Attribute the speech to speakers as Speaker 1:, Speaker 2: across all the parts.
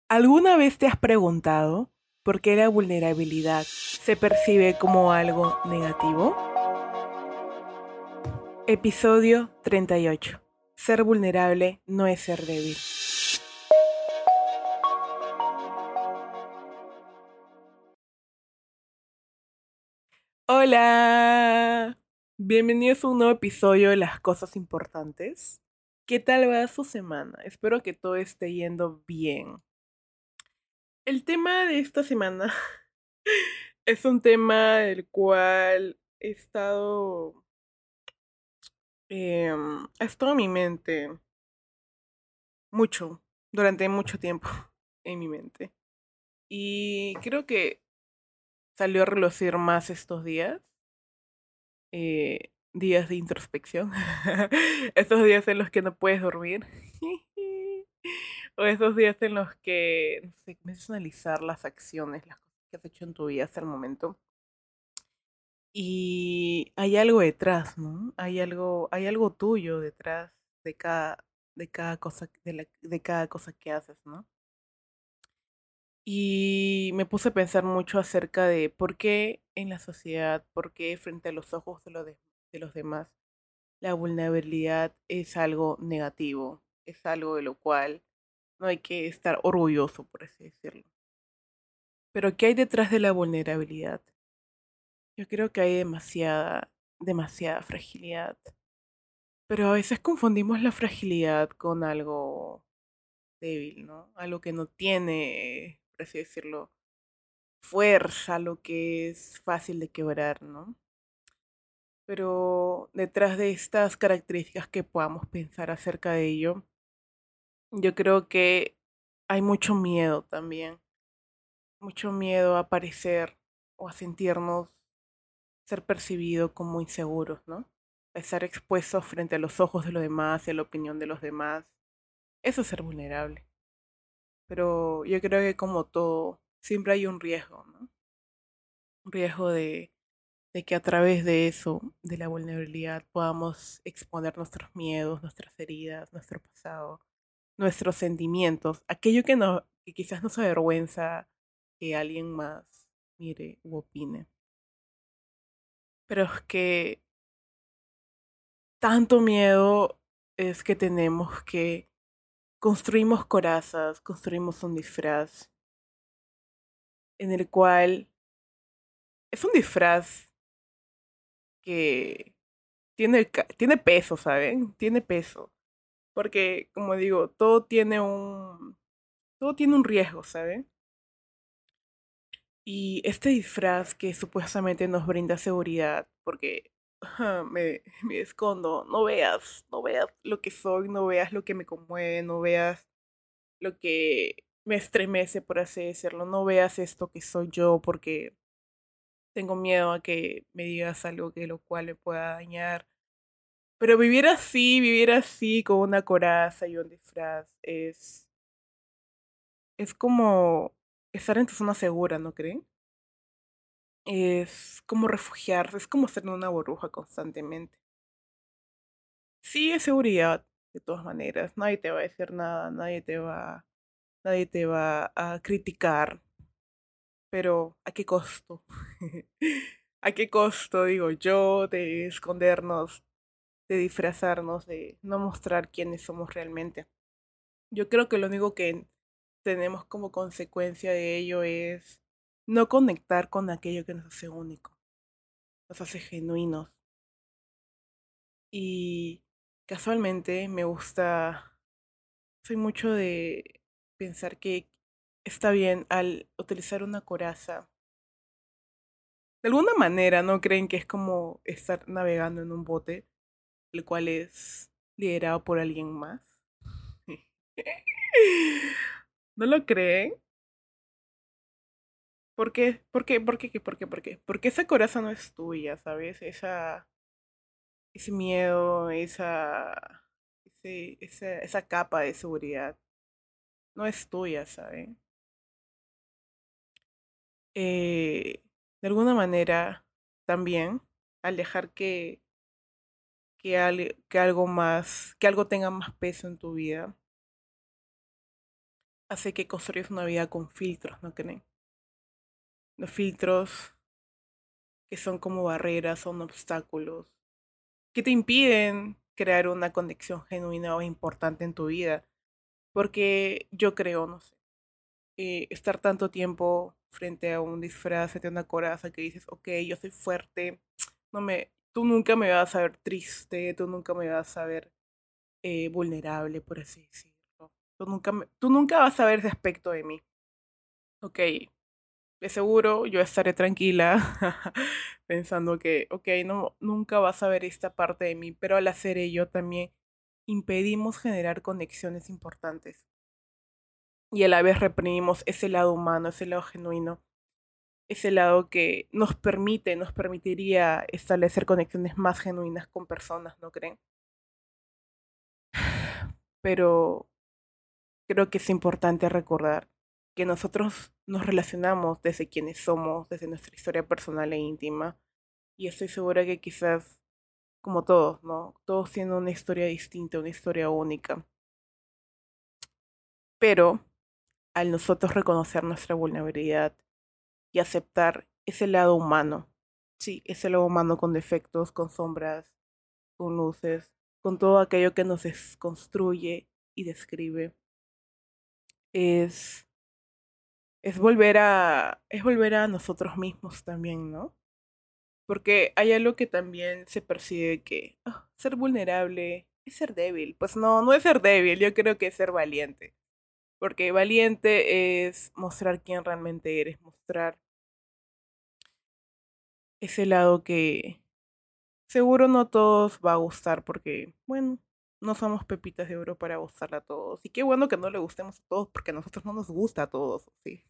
Speaker 1: ¿Alguna vez te has preguntado por qué la vulnerabilidad se percibe como algo negativo? Episodio 38. Ser vulnerable no es ser débil. Hola, bienvenidos a un nuevo episodio de Las Cosas Importantes. ¿Qué tal va su semana? Espero que todo esté yendo bien. El tema de esta semana es un tema del cual ha estado en mi mente mucho, durante mucho tiempo en mi mente. Y creo que salió a relucir más estos días, días de introspección, esos días en los que no puedes dormir, o esos días en los que, no sé, comienzas a analizar las acciones, las cosas que has hecho en tu vida hasta el momento. Y hay algo detrás, ¿no? Hay algo tuyo detrás de cada cosa, de cada cosa que haces, ¿no? Y me puse a pensar mucho acerca de por qué en la sociedad, por qué frente a los ojos de los demás, la vulnerabilidad es algo negativo, es algo de lo cual no hay que estar orgulloso, por así decirlo. Pero ¿qué hay detrás de la vulnerabilidad? Yo creo que hay demasiada fragilidad. Pero a veces confundimos la fragilidad con algo débil, ¿no? Algo que no tiene, por así decirlo, fuerza, lo que es fácil de quebrar, ¿no? Pero detrás de estas características que podamos pensar acerca de ello, yo creo que hay mucho miedo también, mucho miedo a parecer o a sentirnos ser percibidos como inseguros, ¿no? A estar expuestos frente a los ojos de los demás y a la opinión de los demás. Eso es ser vulnerable. Pero yo creo que como todo, siempre hay un riesgo, ¿no? Un riesgo de que a través de eso, de la vulnerabilidad, podamos exponer nuestros miedos, nuestras heridas, nuestro pasado, nuestros sentimientos, aquello que quizás nos avergüenza que alguien más mire u opine. Pero es que tanto miedo es que tenemos que construimos corazas, construimos un disfraz en el cual es un disfraz que tiene peso, ¿saben? Tiene peso. Porque, como digo, todo tiene un riesgo, ¿saben? Y este disfraz que supuestamente nos brinda seguridad, porque me escondo, no veas lo que soy, no veas lo que me conmueve, no veas lo que me estremece, por así decirlo, no veas esto que soy yo, porque tengo miedo a que me digas algo que lo cual me pueda dañar. Pero vivir así con una coraza y un disfraz es como estar en tu zona segura, ¿no creen? Es como refugiarse, es como estar en una burbuja constantemente. Sí, es seguridad, de todas maneras. Nadie te va a decir nada, nadie te va a criticar, pero ¿a qué costo? ¿A qué costo, digo yo, de escondernos, de disfrazarnos, de no mostrar quiénes somos realmente? Yo creo que lo único que tenemos como consecuencia de ello es no conectar con aquello que nos hace único, nos hace genuinos. Y casualmente soy mucho de pensar que está bien al utilizar una coraza. De alguna manera, ¿no creen que es como estar navegando en un bote, el cual es liderado por alguien más? ¿No lo creen? ¿Por qué? ¿Por qué? ¿Por qué? ¿Por qué? ¿Por qué? Porque esa coraza no es tuya, ¿sabes? Ese miedo, esa capa de seguridad no es tuya, ¿sabes? Eh, de alguna manera, también, al dejar que algo tenga más peso en tu vida, hace que construyas una vida con filtros, ¿no creen? Los filtros que son como barreras, son obstáculos, que te impiden crear una conexión genuina o importante en tu vida. Porque yo creo, no sé, estar tanto tiempo frente a un disfraz, frente a una coraza que dices, ok, yo soy fuerte, tú nunca me vas a ver triste, tú nunca me vas a ver vulnerable, por así decirlo. Tú nunca vas a ver ese aspecto de mí. Ok, de seguro yo estaré tranquila pensando que, ok, no, nunca vas a ver esta parte de mí, pero al hacer ello también impedimos generar conexiones importantes y a la vez reprimimos ese lado humano, ese lado genuino, ese lado que nos permitiría establecer conexiones más genuinas con personas, ¿no creen? Pero creo que es importante recordar que nosotros nos relacionamos desde quienes somos, desde nuestra historia personal e íntima, y estoy segura que quizás, como todos, ¿no? Todos tienen una historia distinta, una historia única, pero al nosotros reconocer nuestra vulnerabilidad y aceptar ese lado humano, sí, ese lado humano con defectos, con sombras, con luces, con todo aquello que nos construye y describe, es, es volver a nosotros mismos también, ¿no? Porque hay algo que también se percibe que ser vulnerable es ser débil. Pues no, no es ser débil, yo creo que es ser valiente. Porque valiente es mostrar quién realmente eres, mostrar ese lado que seguro no a todos va a gustar porque, bueno, no somos pepitas de oro para gustarle a todos. Y qué bueno que no le gustemos a todos porque a nosotros no nos gusta a todos, sí.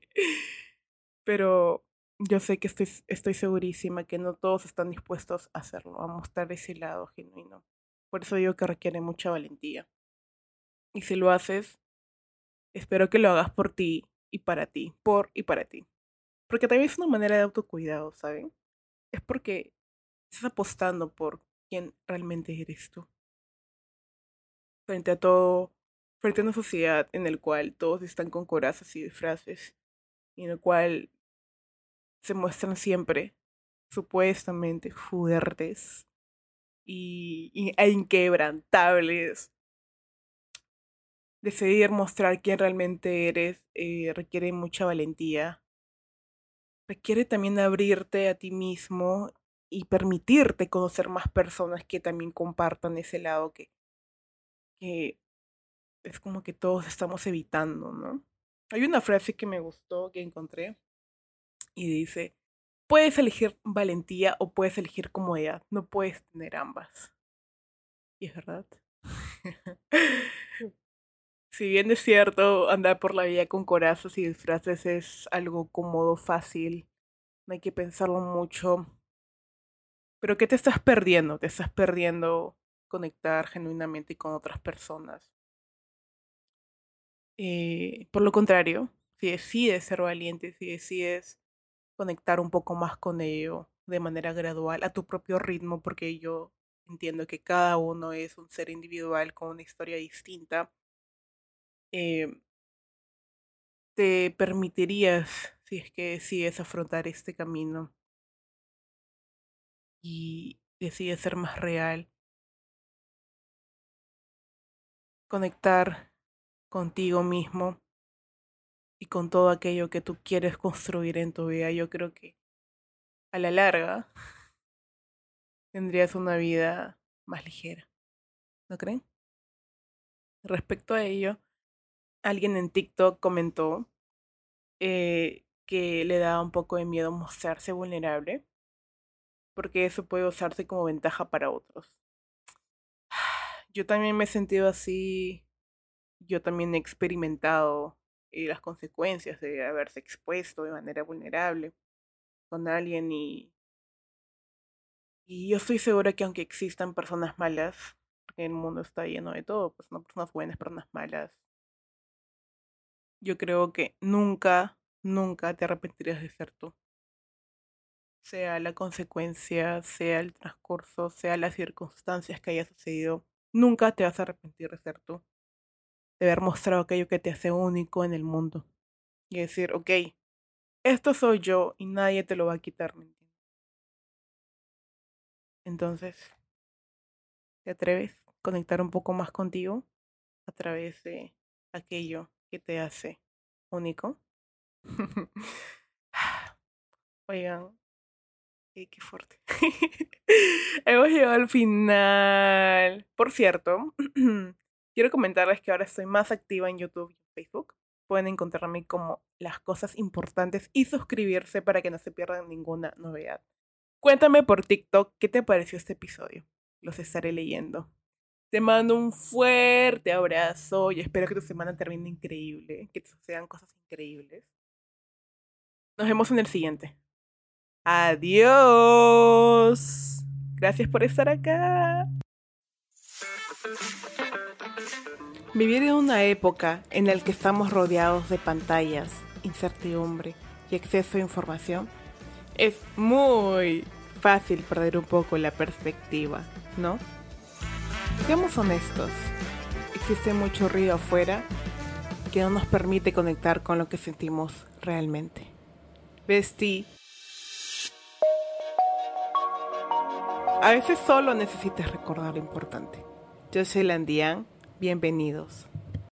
Speaker 1: Pero yo sé que estoy segurísima que no todos están dispuestos a hacerlo, a mostrar ese lado genuino. Por eso digo que requiere mucha valentía. Y si lo haces, espero que lo hagas por ti y para ti, por y para ti. Porque también es una manera de autocuidado, ¿saben? Es porque estás apostando por quién realmente eres tú. Frente a todo, frente a una sociedad en el cual todos están con corazas y disfraces, y en el cual se muestran siempre supuestamente fuertes e inquebrantables. Decidir mostrar quién realmente eres requiere mucha valentía. Requiere también abrirte a ti mismo y permitirte conocer más personas que también compartan ese lado que es como que todos estamos evitando, ¿no? Hay una frase que me gustó, que encontré, y dice, puedes elegir valentía o puedes elegir comodidad, no puedes tener ambas. Y es verdad. Si bien es cierto, andar por la vida con corazas y disfraces es algo cómodo, fácil, no hay que pensarlo mucho, pero ¿qué te estás perdiendo? Te estás perdiendo conectar genuinamente con otras personas. Por lo contrario, si decides ser valiente, si decides conectar un poco más con ello de manera gradual, a tu propio ritmo, porque yo entiendo que cada uno es un ser individual con una historia distinta, eh, te permitirías, si es que decides afrontar este camino y decides ser más real, conectar contigo mismo y con todo aquello que tú quieres construir en tu vida, yo creo que a la larga tendrías una vida más ligera, ¿no creen? Respecto a ello, alguien en TikTok comentó que le daba un poco de miedo mostrarse vulnerable, porque eso puede usarse como ventaja para otros. Yo también me he sentido así, yo también he experimentado las consecuencias de haberse expuesto de manera vulnerable con alguien y yo estoy segura que aunque existan personas malas, porque el mundo está lleno de todo, pues no personas buenas, personas malas, yo creo que nunca, nunca te arrepentirás de ser tú. Sea la consecuencia, sea el transcurso, sea las circunstancias que haya sucedido, nunca te vas a arrepentir de ser tú. de haber mostrado aquello que te hace único en el mundo. Y decir, ok, esto soy yo y nadie te lo va a quitar, ¿me entiendes? Entonces, ¿te atreves a conectar un poco más contigo a través de aquello que te hace único? Oigan, qué fuerte. Hemos llegado al final. Por cierto, quiero comentarles que ahora estoy más activa en YouTube y en Facebook. Pueden encontrarme como las cosas importantes y suscribirse para que no se pierdan ninguna novedad. Cuéntame por TikTok qué te pareció este episodio. Los estaré leyendo. Te mando un fuerte abrazo y espero que tu semana termine increíble, que te sucedan cosas increíbles. Nos vemos en el siguiente. Adiós. Gracias por estar acá. Vivir en una época en la que estamos rodeados de pantallas, incertidumbre y exceso de información es muy fácil perder un poco la perspectiva, ¿no? Seamos honestos, existe mucho ruido afuera que no nos permite conectar con lo que sentimos realmente. Bestie, a veces solo necesitas recordar lo importante. Yo soy Landian, bienvenidos.